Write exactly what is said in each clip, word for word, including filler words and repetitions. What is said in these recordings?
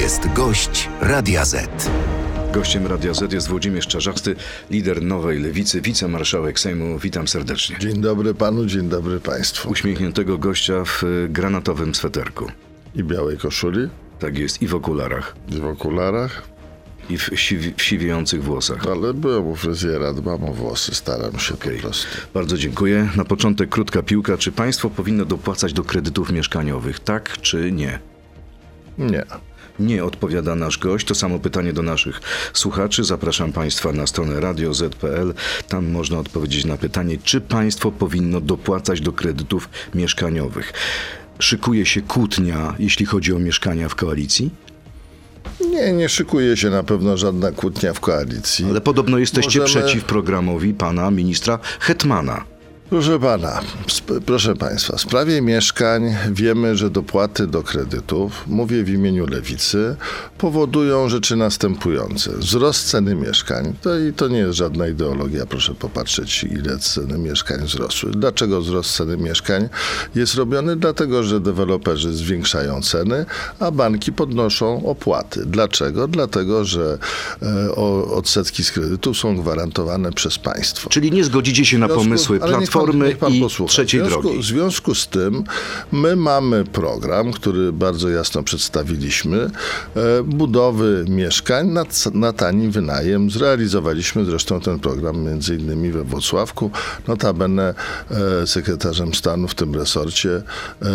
jest gość Radia Z. Gościem Radia Z jest Włodzimierz Czarzasty, lider Nowej Lewicy, wicemarszałek Sejmu. Witam serdecznie. Dzień dobry panu, dzień dobry państwu. Uśmiechniętego gościa w granatowym sweterku. I białej koszuli. Tak jest, i w okularach. I w okularach. I w, siwi, w siwiejących włosach. Ale byłem u fryzjera, dbam o włosy, staram się okay. po prostu. Bardzo dziękuję. Na początek krótka piłka. Czy państwo powinno dopłacać do kredytów mieszkaniowych? Tak czy nie? Nie. Nie odpowiada nasz gość. To samo pytanie do naszych słuchaczy. Zapraszam państwa na stronę radio zet kropka pe el. Tam można odpowiedzieć na pytanie, czy państwo powinno dopłacać do kredytów mieszkaniowych. Szykuje się kłótnia, jeśli chodzi o mieszkania w koalicji? Nie, nie szykuje się na pewno żadna kłótnia w koalicji. Ale podobno jesteście Możemy... przeciw programowi pana ministra Hetmana. Proszę pana, sp- proszę państwa, w sprawie mieszkań wiemy, że dopłaty do kredytów, mówię w imieniu Lewicy, powodują rzeczy następujące. Wzrost ceny mieszkań, to i to nie jest żadna ideologia, proszę popatrzeć, ile ceny mieszkań wzrosły. Dlaczego wzrost ceny mieszkań jest robiony? Dlatego, że deweloperzy zwiększają ceny, a banki podnoszą opłaty. Dlaczego? Dlatego, że e, o, odsetki z kredytów są gwarantowane przez państwo. Czyli nie zgodzicie się na związku, pomysły Platformy Pan, niech pan i posłucha. trzeciej w związku, drogi. W związku z tym my mamy program, który bardzo jasno przedstawiliśmy, e, budowy mieszkań na, na tani wynajem. Zrealizowaliśmy zresztą ten program między innymi we Włocławku. Notabene e, sekretarzem stanu w tym resorcie e,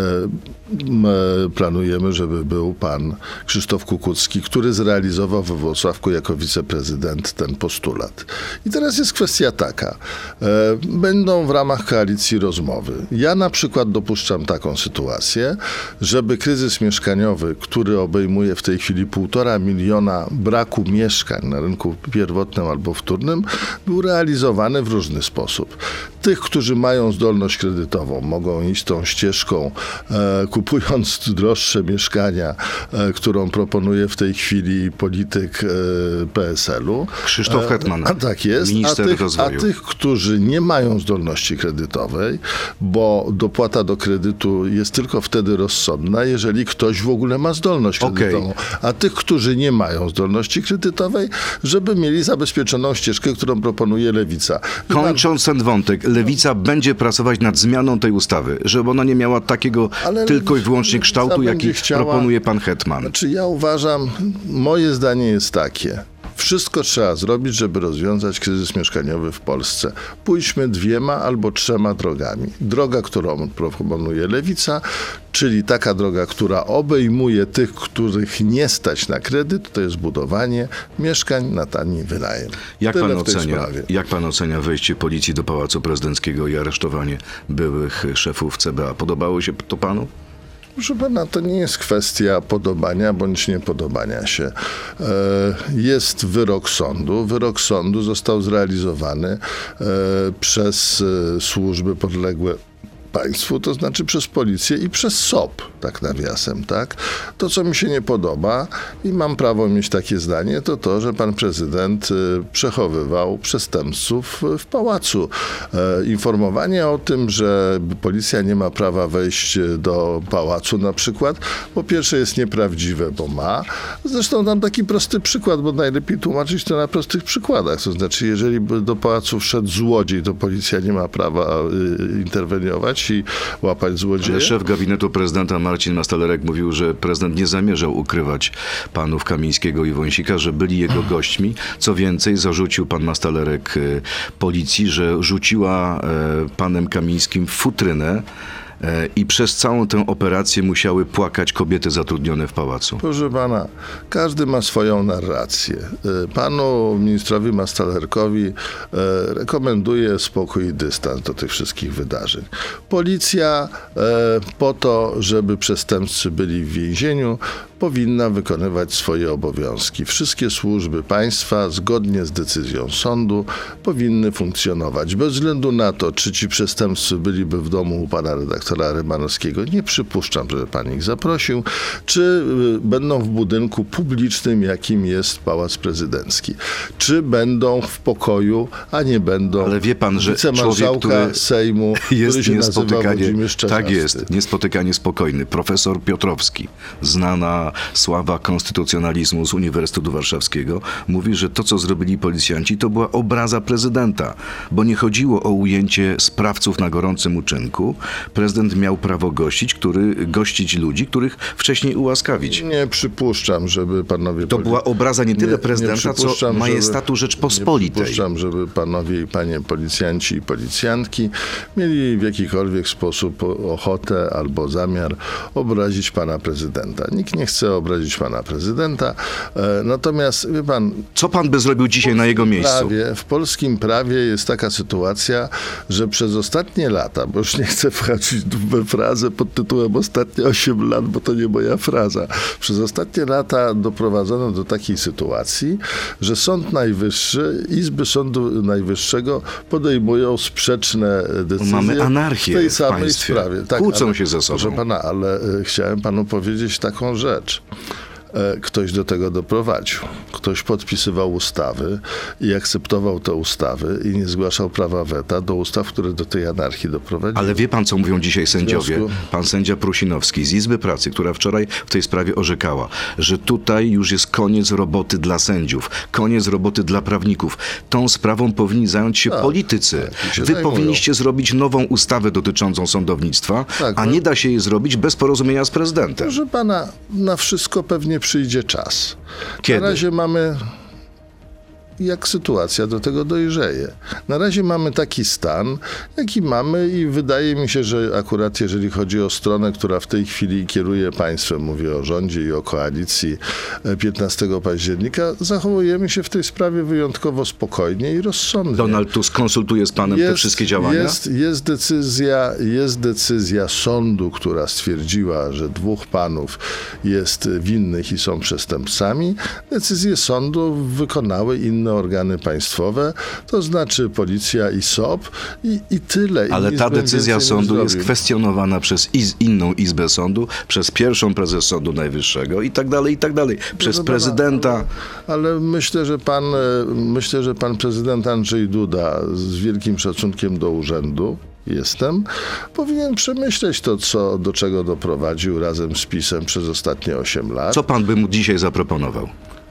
m, planujemy, żeby był pan Krzysztof Kukucki, który zrealizował we Włocławku jako wiceprezydent ten postulat. I teraz jest kwestia taka. E, będą w ramach koalicji rozmowy. Ja na przykład dopuszczam taką sytuację, żeby kryzys mieszkaniowy, który obejmuje w tej chwili półtora miliona braku mieszkań na rynku pierwotnym albo wtórnym, był realizowany w różny sposób. Tych, którzy mają zdolność kredytową, mogą iść tą ścieżką, e, kupując droższe mieszkania, e, którą proponuje w tej chwili polityk e, P S L-u. Krzysztof Hetman, e, a tak jest. minister a tych, rozwoju. A tych, którzy nie mają zdolności kredytowej, bo dopłata do kredytu jest tylko wtedy rozsądna, jeżeli ktoś w ogóle ma zdolność kredytową. Okay. A tych, którzy nie mają zdolności kredytowej, żeby mieli zabezpieczoną ścieżkę, którą proponuje Lewica. Kończąc ten wątek, Lewica będzie pracować nad zmianą tej ustawy, żeby ona nie miała takiego Ale tylko i wyłącznie kształtu, jaki chciała, proponuje pan Hetman. Znaczy ja uważam, moje zdanie jest takie. Wszystko trzeba zrobić, żeby rozwiązać kryzys mieszkaniowy w Polsce. Pójdźmy dwiema albo trzema drogami. Droga, którą proponuje Lewica, czyli taka droga, która obejmuje tych, których nie stać na kredyt, to jest budowanie mieszkań na tani wynajem. Jak pan, ocenia, jak pan ocenia wejście policji do Pałacu Prezydenckiego i aresztowanie byłych szefów C B A? Podobało się to panu? Proszę pana, to nie jest kwestia podobania bądź niepodobania się. Jest wyrok sądu. Wyrok sądu został zrealizowany przez służby podległe państwu, to znaczy przez policję i przez S O P, tak nawiasem, tak? To, co mi się nie podoba i mam prawo mieć takie zdanie, to to, że pan prezydent y, przechowywał przestępców w pałacu. E, informowanie o tym, że policja nie ma prawa wejść do pałacu na przykład, po pierwsze jest nieprawdziwe, bo ma. Zresztą dam taki prosty przykład, bo najlepiej tłumaczyć to na prostych przykładach. To znaczy, jeżeli by do pałacu wszedł złodziej, to policja nie ma prawa y, interweniować i łapać złodzieja. Ale szef gabinetu prezydenta Marcin Mastalerek mówił, że prezydent nie zamierzał ukrywać panów Kamińskiego i Wąsika, że byli jego gośćmi. Co więcej, zarzucił pan Mastalerek policji, że rzuciła panem Kamińskim futrynę i przez całą tę operację musiały płakać kobiety zatrudnione w pałacu. Proszę pana, każdy ma swoją narrację. Panu ministrowi Mastalerkowi rekomenduję spokój i dystans do tych wszystkich wydarzeń. Policja po to, żeby przestępcy byli w więzieniu, powinna wykonywać swoje obowiązki. Wszystkie służby państwa, zgodnie z decyzją sądu, powinny funkcjonować. Bez względu na to, czy ci przestępcy byliby w domu u pana redaktora Rymanowskiego, nie przypuszczam, że pan ich zaprosił, czy będą w budynku publicznym, jakim jest Pałac Prezydencki. Czy będą w pokoju, a nie będą. Ale wie pan, że człowiek, który Sejmu, jest który się niespotykanie, Włodzimierz Czarzasty. tak jest, niespotykanie spokojny. Profesor Piotrowski, znana pana Sława Konstytucjonalizmu z Uniwersytetu Warszawskiego, mówi, że to, co zrobili policjanci, to była obraza prezydenta, bo nie chodziło o ujęcie sprawców na gorącym uczynku. Prezydent miał prawo gościć, który, gościć ludzi, których wcześniej ułaskawić. Nie przypuszczam, żeby panowie... To była obraza nie tyle nie, prezydenta, nie co majestatu żeby, Rzeczpospolitej. Nie przypuszczam, żeby panowie i panie policjanci i policjantki mieli w jakikolwiek sposób ochotę albo zamiar obrazić pana prezydenta. Nikt nie chce obrazić pana prezydenta, e, natomiast wie pan... Co pan by zrobił dzisiaj na jego miejscu? Prawie, w polskim prawie jest taka sytuacja, że przez ostatnie lata, bo już nie chcę wchodzić w frazę pod tytułem ostatnie osiem lat, bo to nie moja fraza, przez ostatnie lata doprowadzono do takiej sytuacji, że Sąd Najwyższy, Izby Sądu Najwyższego podejmują sprzeczne decyzje. Mamy anarchię w tej w samej państwie. sprawie. Tak, Kłócą ale, się ze sobą. Proszę pana, ale e, chciałem panu powiedzieć taką rzecz. Ktoś do tego doprowadził. Ktoś podpisywał ustawy i akceptował te ustawy i nie zgłaszał prawa weta do ustaw, które do tej anarchii doprowadziły. Ale wie pan, co mówią dzisiaj sędziowie? związku- Pan sędzia Prusinowski z Izby Pracy, która wczoraj w tej sprawie orzekała, że tutaj już jest koniec roboty dla sędziów, koniec roboty dla prawników. Tą sprawą powinni zająć się Tak, politycy. tak, i się Wy zajmują. powinniście zrobić nową ustawę dotyczącą sądownictwa, Tak, a no- nie da się jej zrobić bez porozumienia z prezydentem. Proszę pana, na wszystko pewnie przyjdzie czas. Kiedy? Na razie mamy... jak sytuacja do tego dojrzeje. Na razie mamy taki stan, jaki mamy i wydaje mi się, że akurat jeżeli chodzi o stronę, która w tej chwili kieruje państwem, mówię o rządzie i o koalicji piętnastego października, zachowujemy się w tej sprawie wyjątkowo spokojnie i rozsądnie. Donald Tusk konsultuje z panem te wszystkie działania? Jest, jest, decyzja, jest decyzja sądu, która stwierdziła, że dwóch panów jest winnych i są przestępcami. Decyzję sądu wykonały inne organy państwowe, to znaczy policja i S O P i, i tyle. I Ale nic ta bym decyzja więcej nie sądu jest zrobił. kwestionowana przez iz, inną izbę sądu, przez pierwszą prezes Sądu Najwyższego i tak dalej, i tak dalej. Przez Proszę prezydenta. pana, Ale, ale myślę, że pan, e, myślę, że pan prezydent Andrzej Duda z wielkim szacunkiem do urzędu jestem, powinien przemyśleć to, co, do czego doprowadził razem z PiS-em przez ostatnie osiem lat. Co pan by mu dzisiaj zaproponował?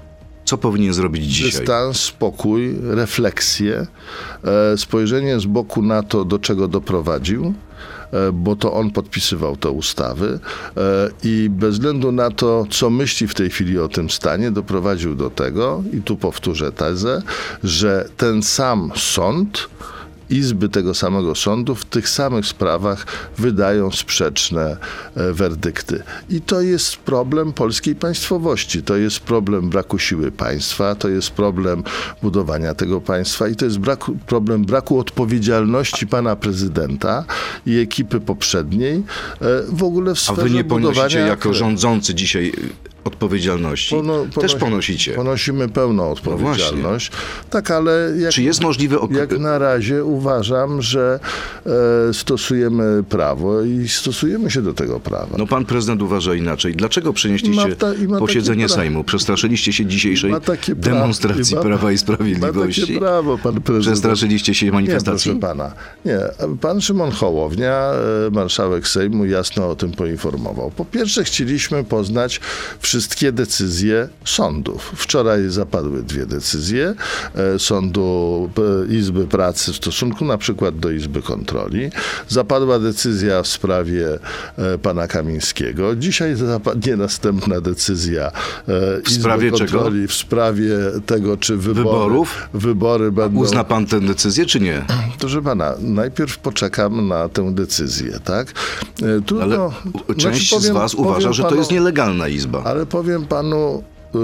Co powinien zrobić dzisiaj? Dystans, spokój, refleksję, e, spojrzenie z boku na to, do czego doprowadził, e, bo to on podpisywał te ustawy e, i bez względu na to, co myśli w tej chwili o tym stanie, doprowadził do tego, i tu powtórzę tezę, że ten sam sąd, izby tego samego sądu w tych samych sprawach wydają sprzeczne e, werdykty. I to jest problem polskiej państwowości. To jest problem braku siły państwa, to jest problem budowania tego państwa i to jest braku, problem braku odpowiedzialności pana prezydenta i ekipy poprzedniej e, w ogóle w A sferze wy nie budowania... ponosicie jako rządzący dzisiaj odpowiedzialności? Pono- Też ponosi- ponosicie. Ponosimy pełną odpowiedzialność. tak, ale jak, Czy jest możliwe... Ok- jak na razie uważam, że e, stosujemy prawo i stosujemy się do tego prawa. No pan prezydent uważa inaczej. Dlaczego przenieśliście Ma ta- i ma posiedzenie takie pra- Sejmu? Przestraszyliście się dzisiejszej Ma takie pra- demonstracji i ma- Prawa i Ma Sprawiedliwości? takie prawo, pan prezydent. Przestraszyliście się Nie, manifestacji? proszę pana. Nie. Pan Szymon Hołownia, e, marszałek Sejmu, jasno o tym poinformował. Po pierwsze, chcieliśmy poznać wszystkie decyzje sądów. Wczoraj zapadły dwie decyzje e, Sądu e, Izby Pracy w stosunku na przykład do Izby Kontroli. Zapadła decyzja w sprawie e, pana Kamińskiego. Dzisiaj zapadnie następna decyzja e, Izby sprawie Kontroli w sprawie tego, czy wybory, Wyborów? wybory będą... Uzna pan tę decyzję, czy nie? Proszę pana, najpierw poczekam na tę decyzję, tak? E, Trudno, Ale u- część znaczy powiem- z was uważa, powiem że to panu- jest nielegalna izba. Ale powiem panu, y,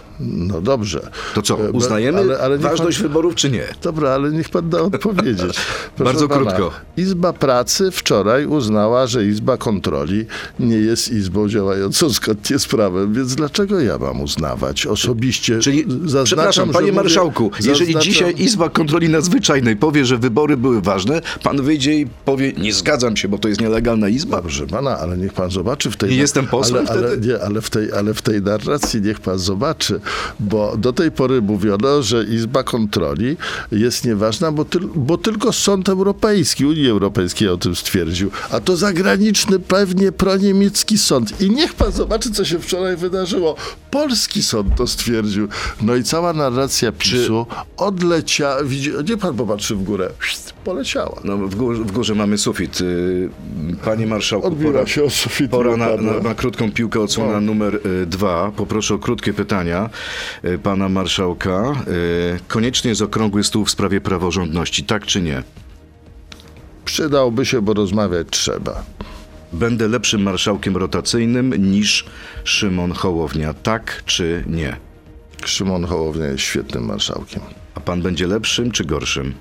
no dobrze. To co, E, uznajemy ale- ale niech ważność pan- wyborów, czy nie? Dobra, ale niech pan da odpowiedzieć. Proszę Bardzo pana, krótko. Izba Pracy wczoraj uznała, że Izba Kontroli nie jest izbą działającą zgodnie z prawem, więc dlaczego ja mam uznawać osobiście? Czyli, Zaznaczam, przepraszam, że panie mówię- marszałku, jeżeli zaznaczam- dzisiaj Izba Kontroli Nadzwyczajnej powie, że wybory były ważne, pan wyjdzie i powie, nie zgadzam się, bo to jest nielegalna izba. Proszę pana, ale niech pan zobaczy w tej... Nie jestem posłem ale, ale, wtedy? nie, ale, w tej, ale w tej narracji niech pan zobaczy, bo do tej pory mówiono, że Izba Kontroli jest nieważna, bo, tyl, bo tylko Sąd Europejski, Unii Europejskiej o tym stwierdził, a to zagraniczny, pewnie proniemiecki sąd. I niech pan zobaczy, co się wczoraj wydarzyło. Polski sąd to stwierdził. No i cała narracja PiSu odleciała. Widzi, gdzie pan popatrzy w górę? Poleciała. No, w, górze, w górze mamy sufit. Y, Panie marszałku, Odbiła pora, się o sufit. pora na, na, na krótką piłkę, odsłona No. numer y, dwa. Poproszę o krótkie pytania y, pana marszałka. Y, koniecznie jest okrągły stół w sprawie praworządności, tak czy nie? Przydałby się, bo rozmawiać trzeba. Będę lepszym marszałkiem rotacyjnym niż Szymon Hołownia, tak czy nie? Szymon Hołownia jest świetnym marszałkiem. A pan będzie lepszym czy gorszym?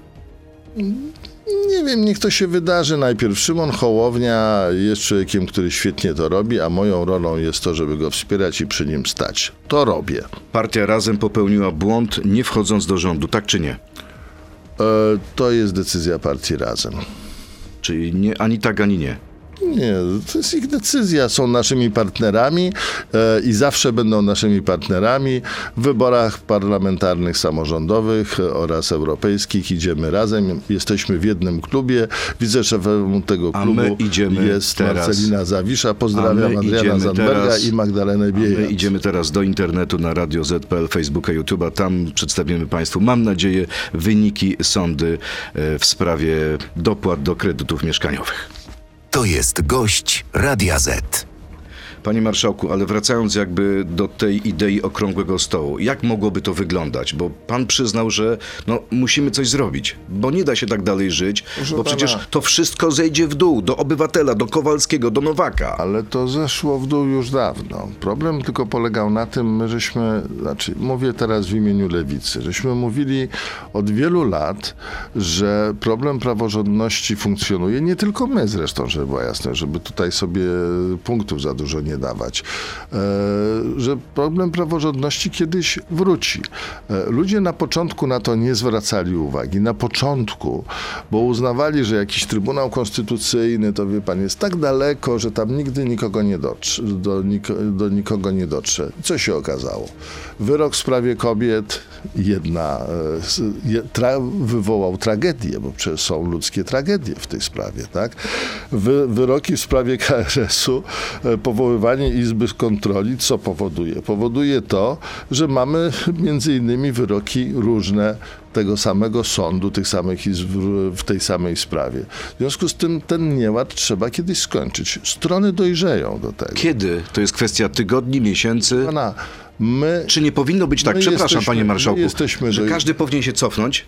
Nie wiem, niech to się wydarzy najpierw. Szymon Hołownia jest człowiekiem, który świetnie to robi, a moją rolą jest to, żeby go wspierać i przy nim stać. To robię. Partia Razem popełniła błąd, nie wchodząc do rządu, tak czy nie? E, to jest decyzja partii Razem. Czyli nie, ani tak, ani nie. Nie, to jest ich decyzja. Są naszymi partnerami e, i zawsze będą naszymi partnerami. W wyborach parlamentarnych, samorządowych oraz europejskich idziemy razem. Jesteśmy w jednym klubie. Wiceszefem tego A klubu my idziemy jest teraz. Marcelina Zawisza. A Pozdrawiam my Adriana idziemy Zandberga teraz. i Magdalenę My Biejat. idziemy teraz do internetu na radio zet kropka pe el, Facebooka, YouTube'a. Tam przedstawimy państwu, mam nadzieję, wyniki sądy e, w sprawie dopłat do kredytów mieszkaniowych. To jest gość Radia Z. Panie marszałku, ale wracając jakby do tej idei okrągłego stołu, jak mogłoby to wyglądać? Bo pan przyznał, że no, musimy coś zrobić, bo nie da się tak dalej żyć, Proszę bo pana. przecież to wszystko zejdzie w dół, do obywatela, do Kowalskiego, do Nowaka. Ale to zeszło w dół już dawno. Problem tylko polegał na tym, my żeśmy, znaczy mówię teraz w imieniu Lewicy, żeśmy mówili od wielu lat, że problem praworządności funkcjonuje, nie tylko my zresztą, żeby była jasne, żeby tutaj sobie punktów za dużo nie dawać, e, że problem praworządności kiedyś wróci. E, ludzie na początku na to nie zwracali uwagi. Na początku, bo uznawali, że jakiś Trybunał Konstytucyjny, to wie pan, jest tak daleko, że tam nigdy nikogo nie dotrze, do, niko, do nikogo nie dotrze. Co się okazało? Wyrok w sprawie kobiet, jedna, e, je, tra, wywołał tragedię, bo przecież są ludzkie tragedie w tej sprawie, tak? Wy, wyroki w sprawie K R S-u, e, powoływanie Izby Kontroli, co powoduje? Powoduje to, że mamy między innymi wyroki różne tego samego sądu, tych samych izb w tej samej sprawie. W związku z tym ten nieład trzeba kiedyś skończyć. Strony dojrzeją do tego. Kiedy? To jest kwestia tygodni, miesięcy? Pana, my, Czy nie powinno być tak, my przepraszam jesteśmy- panie marszałku, my jesteśmy że do- każdy powinien się cofnąć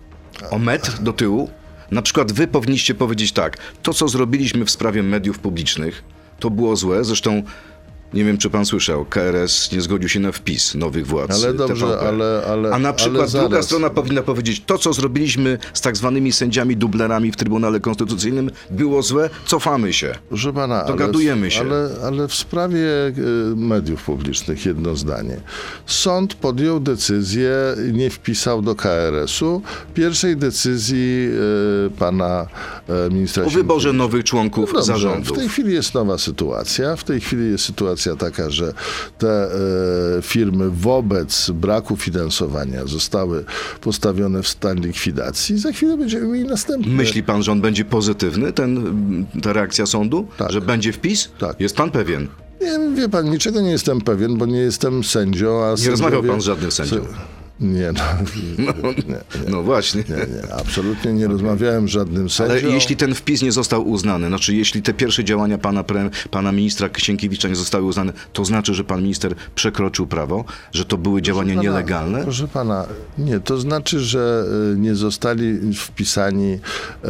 o metr do tyłu? Na przykład wy powinniście powiedzieć tak, to co zrobiliśmy w sprawie mediów publicznych, to było złe, zresztą nie wiem, czy pan słyszał, K R S nie zgodził się na wpis nowych władz Ale dobrze, T V P. ale- ale- A na ale przykład zaraz. druga strona powinna powiedzieć, to co zrobiliśmy z tak zwanymi sędziami dublerami w Trybunale Konstytucyjnym było złe, cofamy się. Proszę pana, Dogadujemy ale, się. Ale, ale w sprawie y, mediów publicznych jedno zdanie. Sąd podjął decyzję, nie wpisał do K R S-u pierwszej decyzji y, pana y, ministra O wyborze Sienkiewicza. nowych członków Dobrze, zarządów. w tej chwili jest nowa sytuacja. W tej chwili jest sytuacja taka, że te e, firmy wobec braku finansowania zostały postawione w stan likwidacji. Za chwilę będziemy mieli następne. Myśli pan, że on będzie pozytywny, ten, ta reakcja sądu? Tak. Że będzie wpis? Tak. Jest pan pewien? Nie, wie pan, niczego nie jestem pewien, bo nie jestem sędzią, a Nie rozmawiał pan z żadnym sędzią? Nie, no, No, nie, nie, no właśnie. nie, nie, absolutnie nie rozmawiałem z żadnym sędzią. Ale jeśli ten wpis nie został uznany, znaczy jeśli te pierwsze działania pana, pre, pana ministra Sienkiewicza nie zostały uznane, to znaczy, że pan minister przekroczył prawo, że to były działania Pana, nielegalne? Proszę pana, nie, to znaczy, że e, nie zostali wpisani e,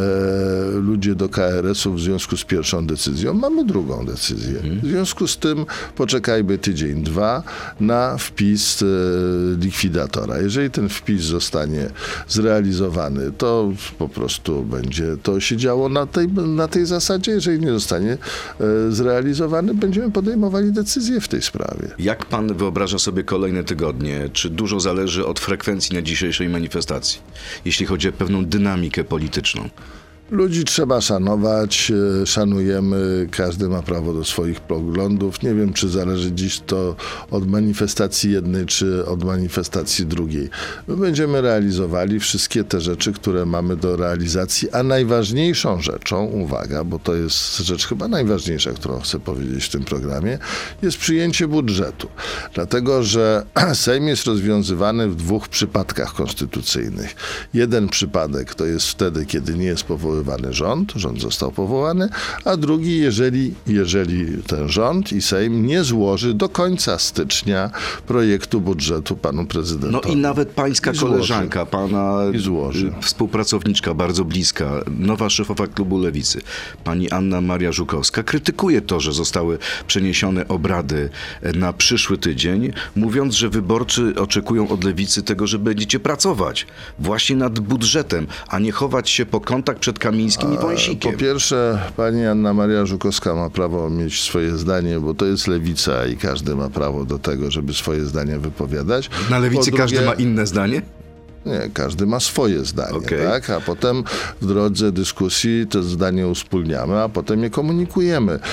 ludzie do K R S-u w związku z pierwszą decyzją. Mamy drugą decyzję. W związku z tym poczekajmy tydzień, dwa na wpis e, likwidatora. Jeżeli ten wpis zostanie zrealizowany, to po prostu będzie to się działo na tej, na tej zasadzie. Jeżeli nie zostanie e, zrealizowany, będziemy podejmowali decyzje w tej sprawie. Jak pan wyobraża sobie kolejne tygodnie? Czy dużo zależy od frekwencji na dzisiejszej manifestacji, jeśli chodzi o pewną dynamikę polityczną? Ludzi trzeba szanować, e, szanujemy, każdy ma prawo do swoich poglądów. Nie wiem, czy zależy dziś to od manifestacji jednej, czy od manifestacji drugiej. My będziemy realizowali wszystkie te rzeczy, które mamy do realizacji, a najważniejszą rzeczą, uwaga, bo to jest rzecz chyba najważniejsza, którą chcę powiedzieć w tym programie, jest przyjęcie budżetu. Dlatego, że Sejm jest rozwiązywany w dwóch przypadkach konstytucyjnych. Jeden przypadek to jest wtedy, kiedy nie jest powoływany rząd, rząd został powołany, a drugi, jeżeli, jeżeli ten rząd i Sejm nie złoży do końca stycznia projektu budżetu panu prezydentowi. No i nawet pańska I koleżanka, złoży. pana I złoży. y, współpracowniczka, bardzo bliska, nowa szefowa klubu Lewicy, pani Anna Maria Żukowska, krytykuje to, że zostały przeniesione obrady na przyszły tydzień, mówiąc, że wyborcy oczekują od Lewicy tego, że będziecie pracować właśnie nad budżetem, a nie chować się po kątach przed Kamińskim i Wąsikiem. Po pierwsze, pani Anna Maria Żukowska ma prawo mieć swoje zdanie, bo to jest Lewica i każdy ma prawo do tego, żeby swoje zdanie wypowiadać. Na Lewicy Po drugie, każdy ma inne zdanie? Nie, każdy ma swoje zdanie, Okay. tak? A potem w drodze dyskusji to zdanie uspólniamy, a potem je komunikujemy. E,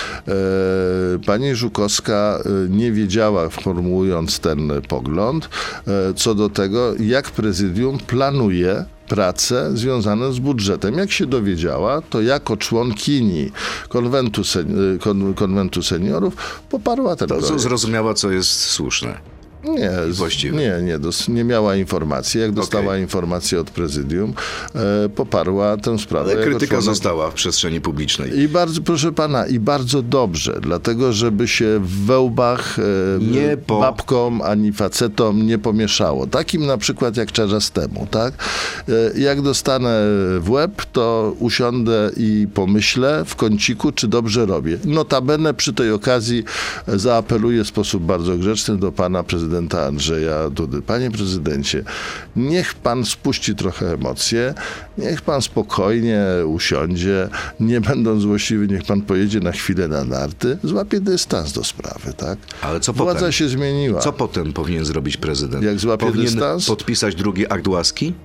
pani Żukowska nie wiedziała, formułując ten pogląd, e, co do tego, jak prezydium planuje prace związane z budżetem. Jak się dowiedziała, to jako członkini konwentu, sen- kon- konwentu seniorów poparła ten To co projekt. zrozumiała, co jest słuszne. Nie, z- właściwe. nie, nie, dos- nie miała informacji. Jak dostała Okej. informację od prezydium, e, poparła tę sprawę. Ale jako krytyka członek. została w przestrzeni publicznej. I bardzo, proszę pana, i bardzo dobrze, dlatego żeby się w wełbach e, Nie po- babkom ani facetom nie pomieszało. Takim na przykład jak Czarzastemu, tak? E, jak dostanę w łeb, to usiądę i pomyślę w kąciku, czy dobrze robię. Notabene przy tej okazji e, zaapeluję w sposób bardzo grzeczny do pana prezydenta Andrzeja Dudy. Panie prezydencie, niech pan spuści trochę emocje, niech pan spokojnie usiądzie, nie będąc złośliwy, niech pan pojedzie na chwilę na narty, złapie dystans do sprawy, tak? Ale co Władza potem? się zmieniła. Co potem powinien zrobić prezydent? Jak złapie powinien dystans? podpisać drugi akt łaski?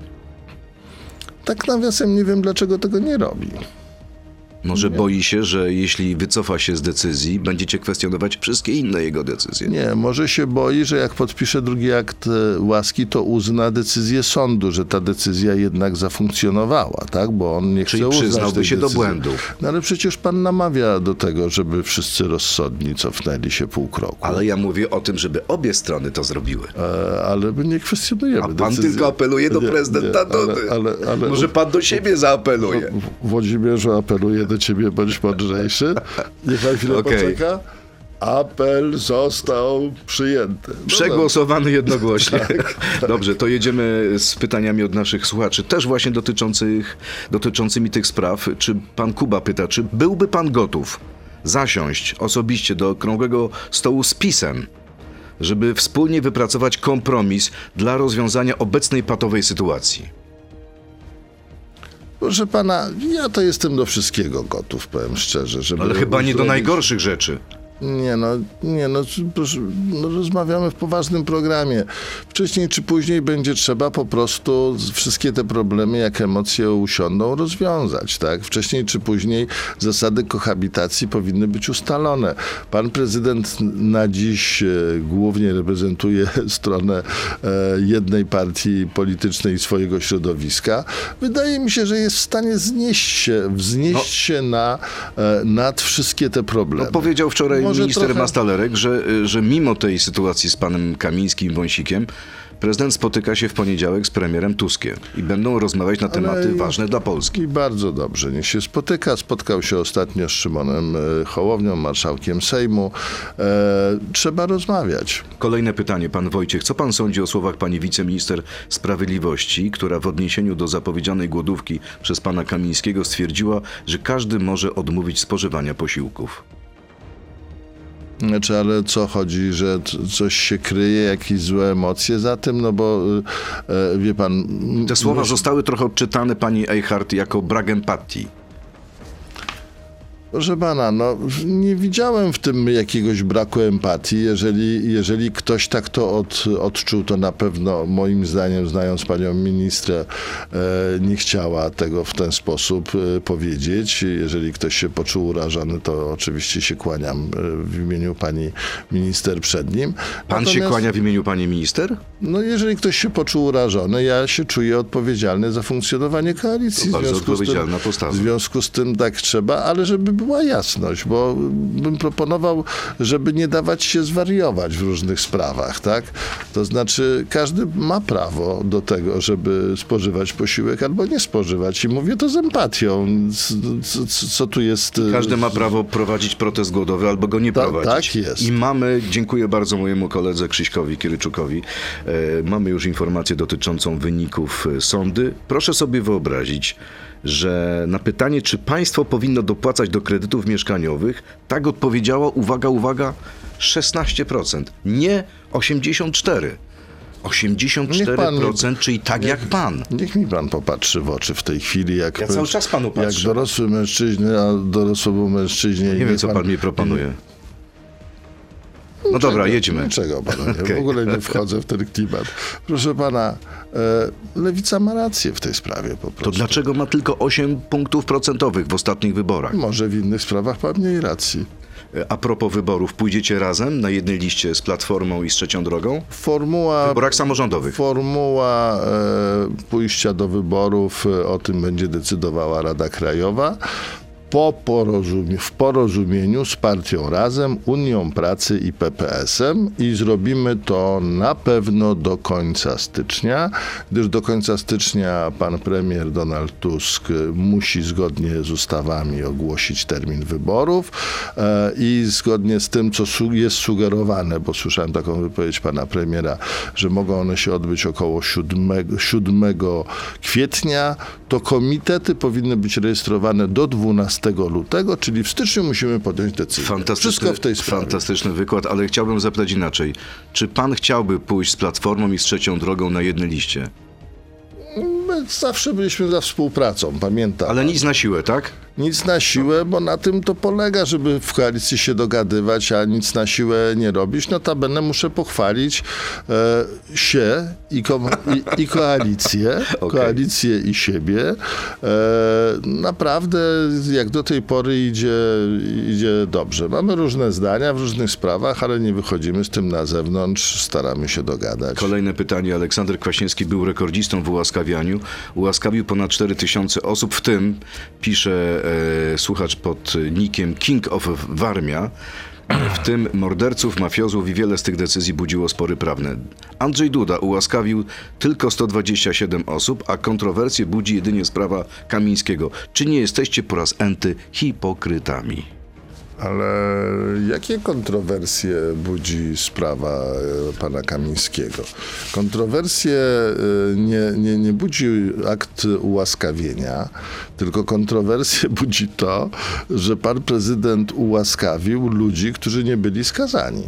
Tak nawiasem nie wiem, dlaczego tego nie robi. Może boi się, że jeśli wycofa się z decyzji, będziecie kwestionować wszystkie inne jego decyzje. Nie, może się boi, że jak podpisze drugi akt e, łaski, to uzna decyzję sądu, że ta decyzja jednak zafunkcjonowała, tak? Bo on nie Czyli chce uznać przyznałby tej się do decyzji. błędu. No ale przecież pan namawia do tego, żeby wszyscy rozsądni cofnęli się pół kroku. Ale ja mówię o tym, żeby obie strony to zrobiły. E, ale my nie kwestionujemy A pan decyzji. tylko apeluje do Nie, prezydenta nie, ale- Dudy. ale- ale- Może pan do siebie zaapeluje. W- Włodzimierzu, apeluję do ciebie, bądź mądrzejszy. Niech pan chwilę Okej. poczeka. Apel został przyjęty. No Przegłosowany jednogłośnie. Dobrze, to jedziemy z pytaniami od naszych słuchaczy, też właśnie dotyczących, dotyczącymi tych spraw. Czy pan Kuba pyta, czy byłby pan gotów zasiąść osobiście do okrągłego stołu z PiS-em, żeby wspólnie wypracować kompromis dla rozwiązania obecnej patowej sytuacji? Proszę pana, ja to jestem do wszystkiego gotów, powiem szczerze. Żeby Ale chyba nie do zrobić- najgorszych rzeczy. Nie no, nie no, proszę, no, rozmawiamy w poważnym programie. Wcześniej czy później będzie trzeba po prostu wszystkie te problemy, jak emocje usiądą, rozwiązać, tak? Wcześniej czy później zasady kohabitacji powinny być ustalone. Pan prezydent na dziś e, głównie reprezentuje stronę e, jednej partii politycznej i swojego środowiska. Wydaje mi się, że jest w stanie znieść się, wznieść No. się na, e, nad wszystkie te problemy. No, powiedział wczoraj Może minister trochę- Mastalerek, że, że mimo tej sytuacji z panem Kamińskim i Wąsikiem, prezydent spotyka się w poniedziałek z premierem Tuskiem i będą rozmawiać na tematy i- ważne dla Polski. I bardzo dobrze, niech się spotyka. Spotkał się ostatnio z Szymonem e, Hołownią, marszałkiem Sejmu. E, trzeba rozmawiać. Kolejne pytanie, pan Wojciech. Co pan sądzi o słowach pani wiceminister sprawiedliwości, która w odniesieniu do zapowiedzianej głodówki przez pana Kamińskiego stwierdziła, że każdy może odmówić spożywania posiłków? Znaczy, ale co chodzi, że t- coś się kryje, jakieś złe emocje za tym? No bo e, e, wie pan... m- Te słowa musi- zostały trochę odczytane pani Eichhardt jako brak empatii. Proszę pana, no nie widziałem w tym jakiegoś braku empatii. Jeżeli, jeżeli ktoś tak to od, odczuł, to na pewno moim zdaniem, znając panią ministrę, e, nie chciała tego w ten sposób e, powiedzieć. Jeżeli ktoś się poczuł urażony, to oczywiście się kłaniam e, w imieniu pani minister przed nim. Pan Natomiast, się kłania w imieniu pani minister? No jeżeli ktoś się poczuł urażony, ja się czuję odpowiedzialny za funkcjonowanie koalicji. To bardzo w związku z odpowiedzialna tym, postawa. W związku z tym tak trzeba, ale żeby była jasność, bo bym proponował, żeby nie dawać się zwariować w różnych sprawach, tak? To znaczy każdy ma prawo do tego, żeby spożywać posiłek albo nie spożywać i mówię to z empatią. Co, co tu jest... Każdy ma prawo prowadzić protest głodowy albo go nie Ta, prowadzić. tak jest. I mamy, dziękuję bardzo mojemu koledze Krzyśkowi Kieryczukowi, e, mamy już informację dotyczącą wyników e, sądy. Proszę sobie wyobrazić, że na pytanie, czy państwo powinno dopłacać do kredytów mieszkaniowych, tak odpowiedziało, uwaga, uwaga, szesnaście procent, nie osiemdziesiąt cztery procent. osiemdziesiąt cztery procent, pan, czyli tak niech, jak pan. Niech mi pan popatrzy w oczy w tej chwili. Jak Ja cały czas panu Jak patrzę. dorosły mężczyźnie, a dorosłemu mężczyźnie... Nie wiem, co pan mi proponuje. No dobra, jedźmy. Niczego panu nie. Okay. W ogóle nie wchodzę w ten klimat. Proszę pana, e, Lewica ma rację w tej sprawie po prostu. To dlaczego ma tylko osiem punktów procentowych w ostatnich wyborach? Może w innych sprawach pan mniej racji. A propos wyborów, pójdziecie razem na jednej liście z Platformą i z Trzecią Drogą? Formuła... W wyborach samorządowych. Formuła e, pójścia do wyborów, e, o tym będzie decydowała Rada Krajowa. Po porozumie- w porozumieniu z partią Razem, Unią Pracy i P P S-em i zrobimy to na pewno do końca stycznia, gdyż do końca stycznia pan premier Donald Tusk musi zgodnie z ustawami ogłosić termin wyborów e, i zgodnie z tym, co su- jest sugerowane, bo słyszałem taką wypowiedź pana premiera, że mogą one się odbyć około siódmego kwietnia, to komitety powinny być rejestrowane do dwunastego lutego, czyli w styczniu musimy podjąć decyzję. Wszystko w tej sprawie. Fantastyczny wykład, ale chciałbym zapytać inaczej. Czy pan chciałby pójść z Platformą i z Trzecią Drogą na jednej liście? My zawsze byliśmy za współpracą, pamiętam. Ale nic na siłę, tak? Nic na siłę, bo na tym to polega, żeby w koalicji się dogadywać, a nic na siłę nie robić. Notabene muszę pochwalić e, się i, ko- i, i koalicję, Okay. koalicję i siebie. E, naprawdę jak do tej pory idzie, idzie dobrze. Mamy różne zdania w różnych sprawach, ale nie wychodzimy z tym na zewnątrz, staramy się dogadać. Kolejne pytanie. Aleksander Kwaśniewski był rekordzistą w ułaskawianiu. Ułaskawił ponad cztery tysiące osób, w tym, pisze e, słuchacz pod nickiem King of Warmia, w tym morderców, mafiozów i wiele z tych decyzji budziło spory prawne. Andrzej Duda ułaskawił tylko sto dwadzieścia siedem osób, a kontrowersje budzi jedynie sprawa Kamińskiego. Czy nie jesteście po raz enty hipokrytami? Ale jakie kontrowersje budzi sprawa e, pana Kamińskiego? Kontrowersje e, nie, nie, nie budzi akt ułaskawienia, tylko kontrowersje budzi to, że pan prezydent ułaskawił ludzi, którzy nie byli skazani.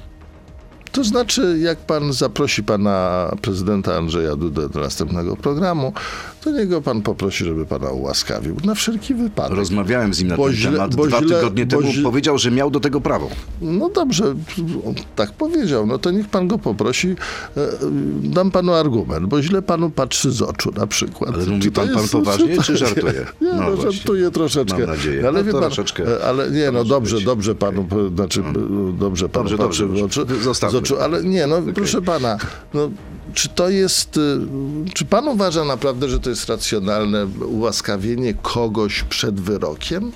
To znaczy, jak pan zaprosi pana prezydenta Andrzeja Dudę do następnego programu, to niego pan poprosi, żeby pana ułaskawił. Na wszelki wypadek. Rozmawiałem z nim na Bo ten źle- temat bo dwa źle- tygodnie bo temu. źle- Powiedział, że miał do tego prawo. No dobrze, on tak powiedział. No to niech pan go poprosi. E, Dam panu argument, bo źle panu patrzy z oczu na przykład. Ale mówi Czy to pan- pan jest- poważnie, czy żartuje? Nie, No no, właśnie. żartuję troszeczkę. Mam nadzieję. Ale No wie to pan, troszeczkę. e, ale nie, no może dobrze, być. dobrze panu, znaczy dobrze panu Dobrze, patrzy dobrze, w oczu, dobrze. z Zostawmy. oczu, ale nie, no proszę pana, no, czy to jest, y, czy pan uważa naprawdę, że to jest racjonalne ułaskawienie kogoś przed wyrokiem?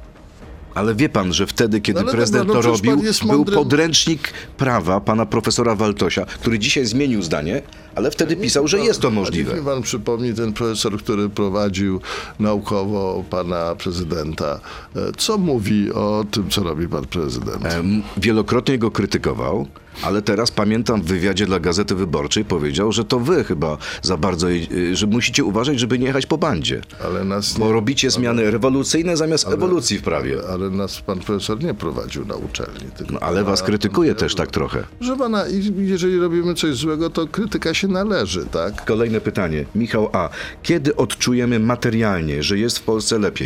Ale wie pan, że wtedy, kiedy No ale prezydent dobra, no to przecież pan robił, jest był mądrym- podręcznik prawa pana profesora Waltosia, który dzisiaj zmienił zdanie, ale wtedy pisał, że jest to A możliwe. niech mi pan przypomni ten profesor, który prowadził naukowo pana prezydenta. E, Co mówi o tym, co robi pan prezydent? Em, Wielokrotnie go krytykował, ale teraz pamiętam w wywiadzie dla Gazety Wyborczej powiedział, że to wy chyba za bardzo, y, że musicie uważać, żeby nie jechać po bandzie. Ale nas Bo nie, robicie zmiany rewolucyjne zamiast ewolucji w prawie. ale nas pan profesor nie prowadził na uczelni. Tylko No, ale was na- krytykuje też tak trochę. Proszę pana, i jeżeli robimy coś złego, to krytyka się należy, tak? Kolejne pytanie. Michał A. Kiedy odczujemy materialnie, że jest w Polsce lepiej?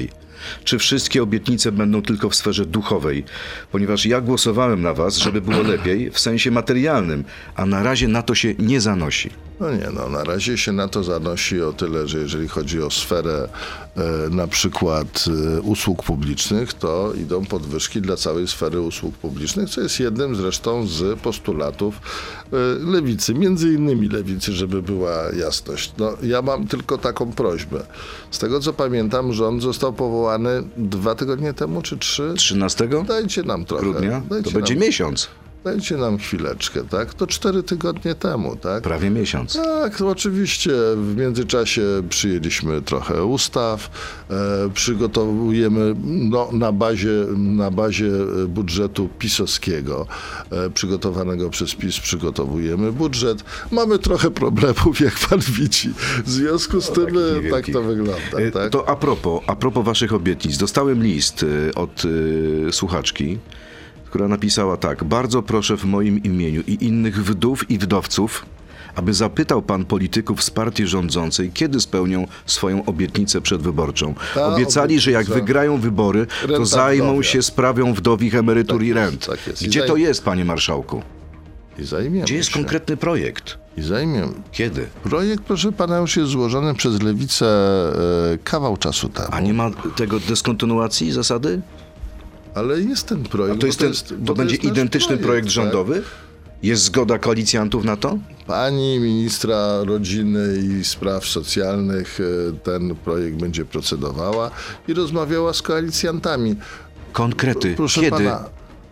Czy wszystkie obietnice będą tylko w sferze duchowej? Ponieważ ja głosowałem na was, żeby było lepiej w sensie materialnym, a na razie na to się nie zanosi. No nie, no na razie się na to zanosi o tyle, że jeżeli chodzi o sferę e, na przykład e, usług publicznych, to idą podwyżki dla całej sfery usług publicznych, co jest jednym zresztą z postulatów e, lewicy, między innymi lewicy, żeby była jasność. No, ja mam tylko taką prośbę. Z tego co pamiętam, rząd został powołany dwa tygodnie temu, czy trzy? trzynastego Dajcie nam trochę. grudnia? Dajcie To będzie nam, miesiąc. Dajcie nam chwileczkę, tak? To cztery tygodnie temu, tak? Prawie miesiąc. Tak, to oczywiście w międzyczasie przyjęliśmy trochę ustaw, e, przygotowujemy no, na, bazie, na bazie budżetu pisowskiego, e, przygotowanego przez PiS, przygotowujemy budżet. Mamy trochę problemów, jak pan widzi. W związku z tym takich e, tak niewielkich. to wygląda. E, Tak? To a propos, a propos waszych obietnic. Dostałem list e, od e, słuchaczki, która napisała tak: bardzo proszę w moim imieniu i innych wdów i wdowców, aby zapytał pan polityków z partii rządzącej, kiedy spełnią swoją obietnicę przedwyborczą. Ta Obiecali, że jak obietnica- wygrają wybory, to Renta zajmą wdowia. się sprawą wdowich emerytur Tak i jest, rent. tak jest. I Gdzie zaj- to jest, panie marszałku? I zajmiemy Gdzie jest się. konkretny projekt? I zajmiemy. Kiedy? Projekt, proszę pana, już jest złożony przez Lewicę e, kawał czasu temu. A nie ma tego dyskontynuacji zasady? Ale jest ten projekt. A to, jest bo ten, jest- to, bo będzie jest nasz identyczny projekt, tak? rządowy? Jest zgoda koalicjantów na to? Pani ministra rodziny i spraw socjalnych e, ten projekt będzie procedowała i rozmawiała z koalicjantami. Konkrety. Proszę Kiedy? pana,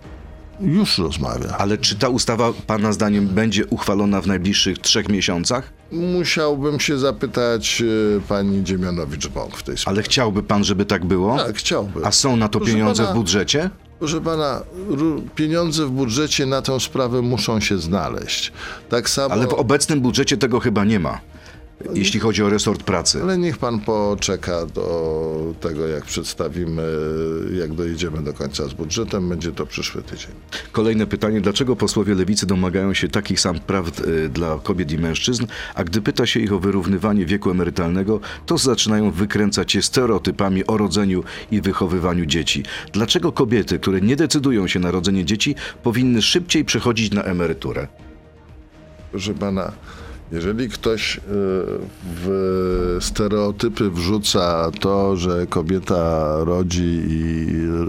już rozmawia. Ale czy ta ustawa, pana zdaniem, będzie uchwalona w najbliższych trzech miesiącach? Musiałbym się zapytać e, pani Dziemianowicz-Bąk w tej sprawie. Ale chciałby pan, żeby tak było? Tak, chciałby. A są na to Proszę pieniądze pana- w budżecie? Proszę pana, ru- pieniądze w budżecie na tę sprawę muszą się znaleźć. Tak samo... Ale w obecnym budżecie tego chyba nie ma, jeśli chodzi o resort pracy. Ale niech pan poczeka do tego, jak przedstawimy, jak dojedziemy do końca z budżetem. Będzie to przyszły tydzień. Kolejne pytanie. Dlaczego posłowie Lewicy domagają się takich samych praw y, dla kobiet i mężczyzn, a gdy pyta się ich o wyrównywanie wieku emerytalnego, to zaczynają wykręcać się stereotypami o rodzeniu i wychowywaniu dzieci? Dlaczego kobiety, które nie decydują się na rodzenie dzieci, powinny szybciej przechodzić na emeryturę? Proszę pana, jeżeli ktoś y, w stereotypy wrzuca to, że kobieta rodzi i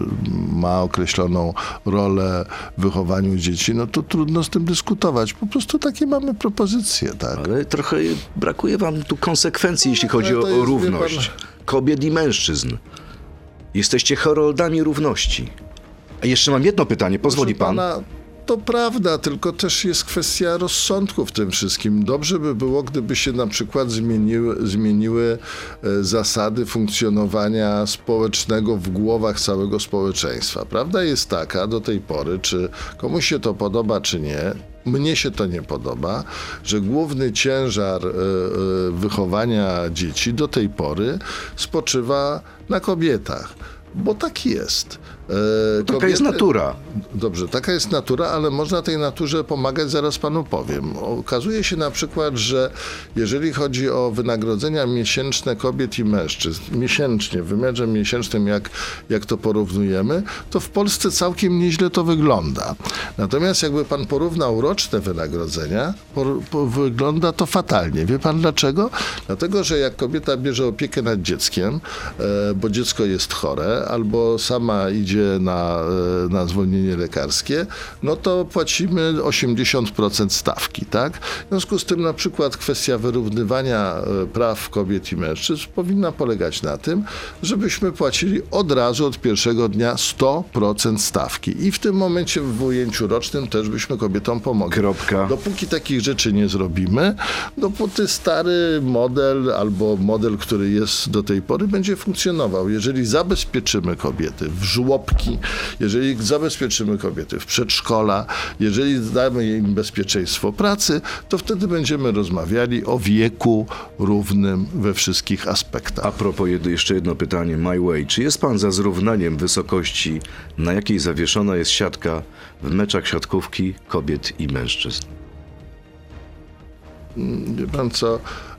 ma określoną rolę w wychowaniu dzieci, no to trudno z tym dyskutować. Po prostu takie mamy propozycje, tak? Ale trochę brakuje wam tu konsekwencji, jeśli chodzi ale to o, jest, o wie równość kobiet i mężczyzn. Jesteście heroldami równości. A jeszcze mam jedno pytanie, pozwoli Proszę pan? Pana, to prawda, tylko też jest kwestia rozsądku w tym wszystkim. Dobrze by było, gdyby się na przykład zmieniły, zmieniły e, zasady funkcjonowania społecznego w głowach całego społeczeństwa. Prawda jest taka do tej pory, czy komuś się to podoba, czy nie, mnie się to nie podoba, że główny ciężar e, e, wychowania dzieci do tej pory spoczywa na kobietach. Bo tak jest. E, Taka jest natura. Dobrze, taka jest natura, ale można tej naturze pomagać, zaraz panu powiem. Okazuje się na przykład, że jeżeli chodzi o wynagrodzenia miesięczne kobiet i mężczyzn, miesięcznie, w wymiarze miesięcznym, jak, jak to porównujemy, to w Polsce całkiem nieźle to wygląda. Natomiast jakby pan porównał roczne wynagrodzenia, po, po, wygląda to fatalnie. Wie pan dlaczego? Dlatego, że jak kobieta bierze opiekę nad dzieckiem, e, bo dziecko jest chore, albo sama idzie na, e, na zwolnienie lekarskie, no to płacimy osiemdziesiąt procent stawki, tak? W związku z tym na przykład kwestia wyrównywania e, praw kobiet i mężczyzn powinna polegać na tym, żebyśmy płacili od razu, od pierwszego dnia sto procent stawki. I w tym momencie w ujęciu rocznym też byśmy kobietom pomogli. Kropka. Dopóki takich rzeczy nie zrobimy, dopóty stary model albo model, który jest do tej pory, będzie funkcjonował. Jeżeli zabezpieczymy kobiety w żłobki, jeżeli zabezpieczymy kobiety w przedszkola, jeżeli damy im bezpieczeństwo pracy, to wtedy będziemy rozmawiali o wieku równym we wszystkich aspektach. A propos, jed- jeszcze jedno pytanie. My way. Czy jest pan za zrównaniem wysokości, na jakiej zawieszona jest siatka w meczach siatkówki kobiet i mężczyzn? Wie pan co,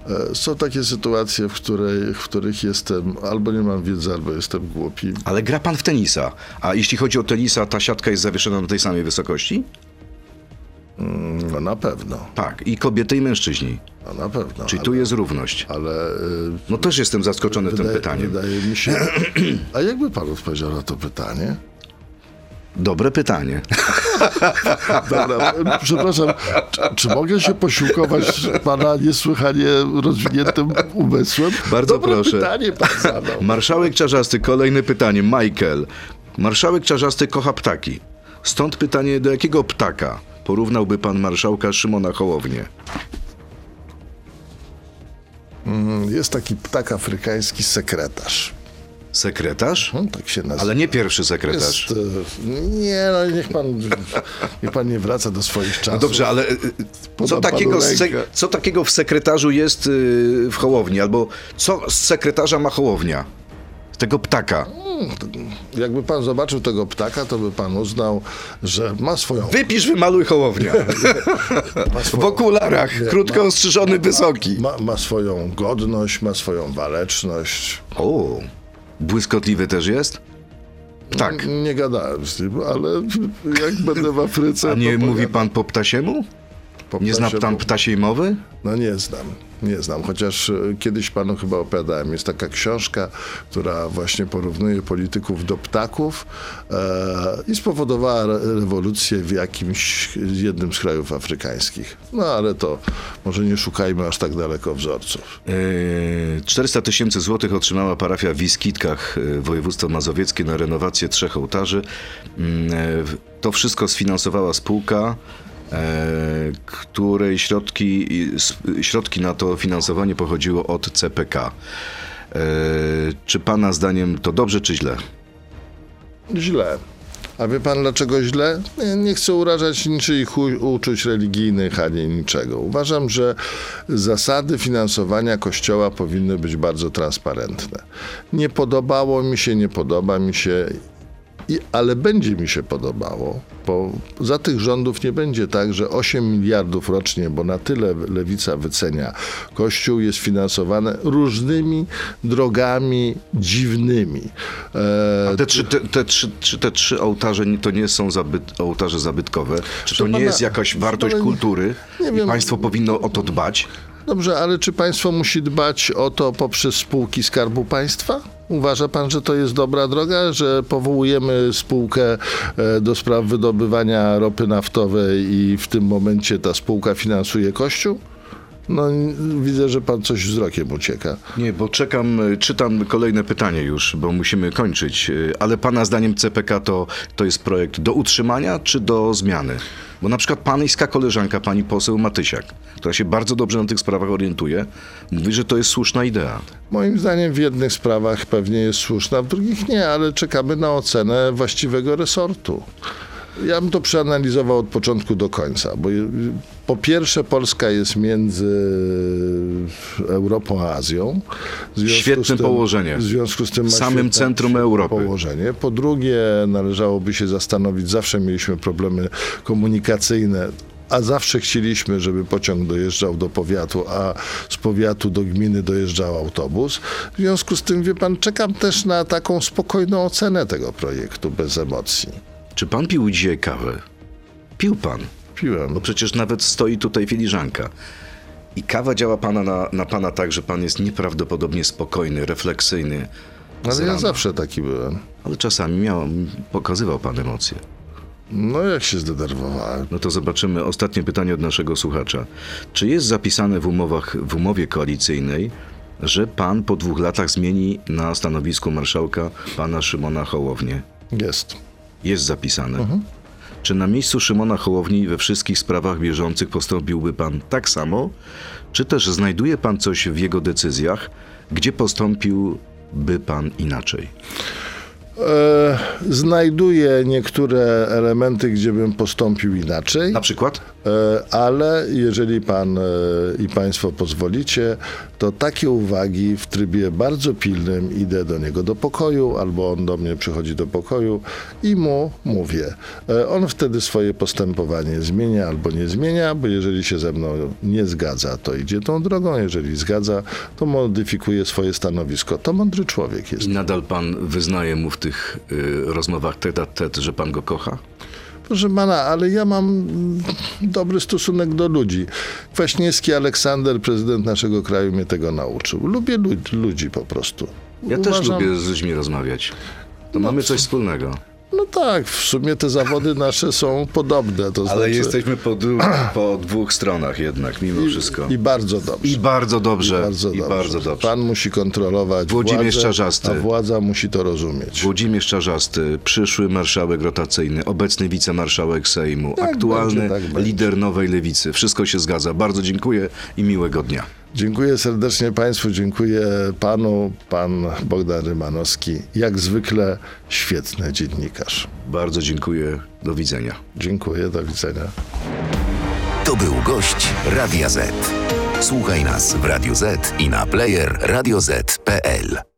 E, Są takie sytuacje, w, której, w których jestem, albo nie mam wiedzy, albo jestem głupi. Ale gra pan w tenisa. A jeśli chodzi o tenisa, ta siatka jest zawieszona na tej samej wysokości? Mm, No na pewno, Tak. I kobiety, i mężczyźni. no na pewno. Czyli ale, tu jest równość. Ale y, No też jestem zaskoczony tym wydaje, pytaniem. wydaje mi się... A jakby pan odpowiedział na to pytanie? Dobre pytanie. Dobra, przepraszam, czy, czy mogę się posiłkować pana niesłychanie rozwiniętym umysłem? Bardzo Dobre proszę. pytanie pan zadał. Marszałek Czarzasty, kolejne pytanie. Michael. Marszałek Czarzasty kocha ptaki. Stąd pytanie, do jakiego ptaka porównałby pan marszałka Szymona Hołownię? Jest taki ptak afrykański sekretarz. Sekretarz? Hmm, tak się nazywa. Ale nie pierwszy sekretarz. Jest, e, nie, no niech pan, niech pan nie wraca do swoich czasów. No dobrze, ale y, y, co Podam takiego, panu z sek- rękę. co takiego w sekretarzu jest y, w Hołowni? Albo co z sekretarza ma Hołownia? Tego ptaka. Jakby pan zobaczył tego ptaka, to by pan uznał, że ma swoją... Wypisz, wymaluj Hołownia. ma W swoją okularach, nie, krótko ma- ostrzyżony, wysoki. Ma, ma swoją godność, ma swoją waleczność. O, błyskotliwy też jest? Tak. N- Nie gadałem z nim, ale jak będę w Afryce... A nie to mówi pogadam. pan po ptasiemu? Po Nie zna ptasiemu. pan ptasiej mowy? No nie znam, nie znam, chociaż e, kiedyś panu chyba opowiadałem. Jest taka książka, która właśnie porównuje polityków do ptaków e, i spowodowała re- rewolucję w jakimś jednym z krajów afrykańskich. No ale to może nie szukajmy aż tak daleko wzorców. Yy, czterysta tysięcy złotych otrzymała parafia w Wiskitkach, yy, województwo mazowieckie, na renowację trzech ołtarzy. Yy, to wszystko sfinansowała spółka, yy, której środki, yy, środki na to finansowanie pochodziło od C P K. Yy, czy pana zdaniem to dobrze, czy źle? Źle. A wie pan dlaczego źle? Nie, nie chcę urażać niczyich u- uczuć religijnych ani niczego. Uważam, że zasady finansowania Kościoła powinny być bardzo transparentne. Nie podobało mi się, nie podoba mi się, i, ale będzie mi się podobało, bo za tych rządów nie będzie tak, że osiem miliardów rocznie, bo na tyle lewica wycenia, Kościół jest finansowany różnymi drogami dziwnymi. E, A te trzy, te, te, trzy, czy te trzy ołtarze nie- to nie są zabyt, ołtarze zabytkowe? Czy to Proszę nie jest pana, jakaś wartość ale nie- kultury nie i wiem. państwo powinno o to dbać? Dobrze, ale czy państwo musi dbać o to poprzez spółki Skarbu Państwa? Uważa pan, że to jest dobra droga, że powołujemy spółkę e, do spraw wydobywania ropy naftowej i w tym momencie ta spółka finansuje Kościół? No n- widzę, że pan coś wzrokiem ucieka. Nie, bo czekam, y, czytam kolejne pytanie już, bo musimy kończyć. Y, Ale pana zdaniem C P K to, to jest projekt do utrzymania czy do zmiany? Bo na przykład pańska koleżanka, pani poseł Matysiak, która się bardzo dobrze na tych sprawach orientuje, mówi, że to jest słuszna idea. Moim zdaniem w jednych sprawach pewnie jest słuszna, w drugich nie, ale czekamy na ocenę właściwego resortu. Ja bym to przeanalizował od początku do końca, bo y, po pierwsze Polska jest między Europą a Azją. W związku Świetne z tym- położenie. W związku z tym W ma samym świetne- centrum świetne Europy. położenie. Po drugie należałoby się zastanowić, zawsze mieliśmy problemy komunikacyjne, a zawsze chcieliśmy, żeby pociąg dojeżdżał do powiatu, a z powiatu do gminy dojeżdżał autobus. W związku z tym, wie pan, czekam też na taką spokojną ocenę tego projektu, bez emocji. Czy pan pił dzisiaj kawę? Pił pan, Piłem. bo przecież nawet stoi tutaj filiżanka. I kawa działa pana na, na pana tak, że pan jest nieprawdopodobnie spokojny, refleksyjny. z Ale ja rana. zawsze taki byłem. Ale czasami miał, pokazywał pan emocje. No jak się zdenerwowałem. No to zobaczymy ostatnie pytanie od naszego słuchacza. Czy jest zapisane w umowach, w umowie koalicyjnej, że pan po dwóch latach zmieni na stanowisku marszałka pana Szymona Hołownię? Jest. Jest zapisane. Czy na miejscu Szymona Hołowni we wszystkich sprawach bieżących postąpiłby pan tak samo? Czy też znajduje pan coś w jego decyzjach, gdzie postąpiłby pan inaczej? E, znajduję niektóre elementy, gdzie bym postąpił inaczej. Na przykład? E, Ale jeżeli pan e, i państwo pozwolicie, to takie uwagi w trybie bardzo pilnym idę do niego do pokoju, albo on do mnie przychodzi do pokoju i mu mówię. E, On wtedy swoje postępowanie zmienia albo nie zmienia, bo jeżeli się ze mną nie zgadza, to idzie tą drogą, jeżeli zgadza, to modyfikuje swoje stanowisko. To mądry człowiek jest. I nadal pan wyznaje mu w tych y, rozmowach tete a tete, że pan go kocha? Proszę pana, ale ja mam mm, dobry stosunek do ludzi. Kwaśniewski Aleksander, prezydent naszego kraju, mnie tego nauczył. Lubię lud- ludzi po prostu. Ja też Uważam- lubię z ludźmi rozmawiać. To mamy coś wspólnego. No tak, w sumie te zawody nasze są podobne. To Ale znaczy, jesteśmy po, dru- po dwóch stronach jednak, mimo wszystko. I bardzo dobrze. I bardzo dobrze. I bardzo I dobrze. bardzo dobrze. Pan musi kontrolować Włodzimierz władzę, Czarzasty. a władza musi to rozumieć. Włodzimierz Czarzasty, przyszły marszałek rotacyjny, obecny wicemarszałek Sejmu, Tak aktualny będzie, tak będzie. lider Nowej Lewicy. Wszystko się zgadza. Bardzo dziękuję i miłego dnia. Dziękuję serdecznie państwu, dziękuję panu, pan Bogdan Rymanowski. Jak zwykle świetny dziennikarz. Bardzo dziękuję. Do widzenia. Dziękuję, do widzenia. To był gość Radia Z. Słuchaj nas w Radio Z i na player radio zet kropka pe el.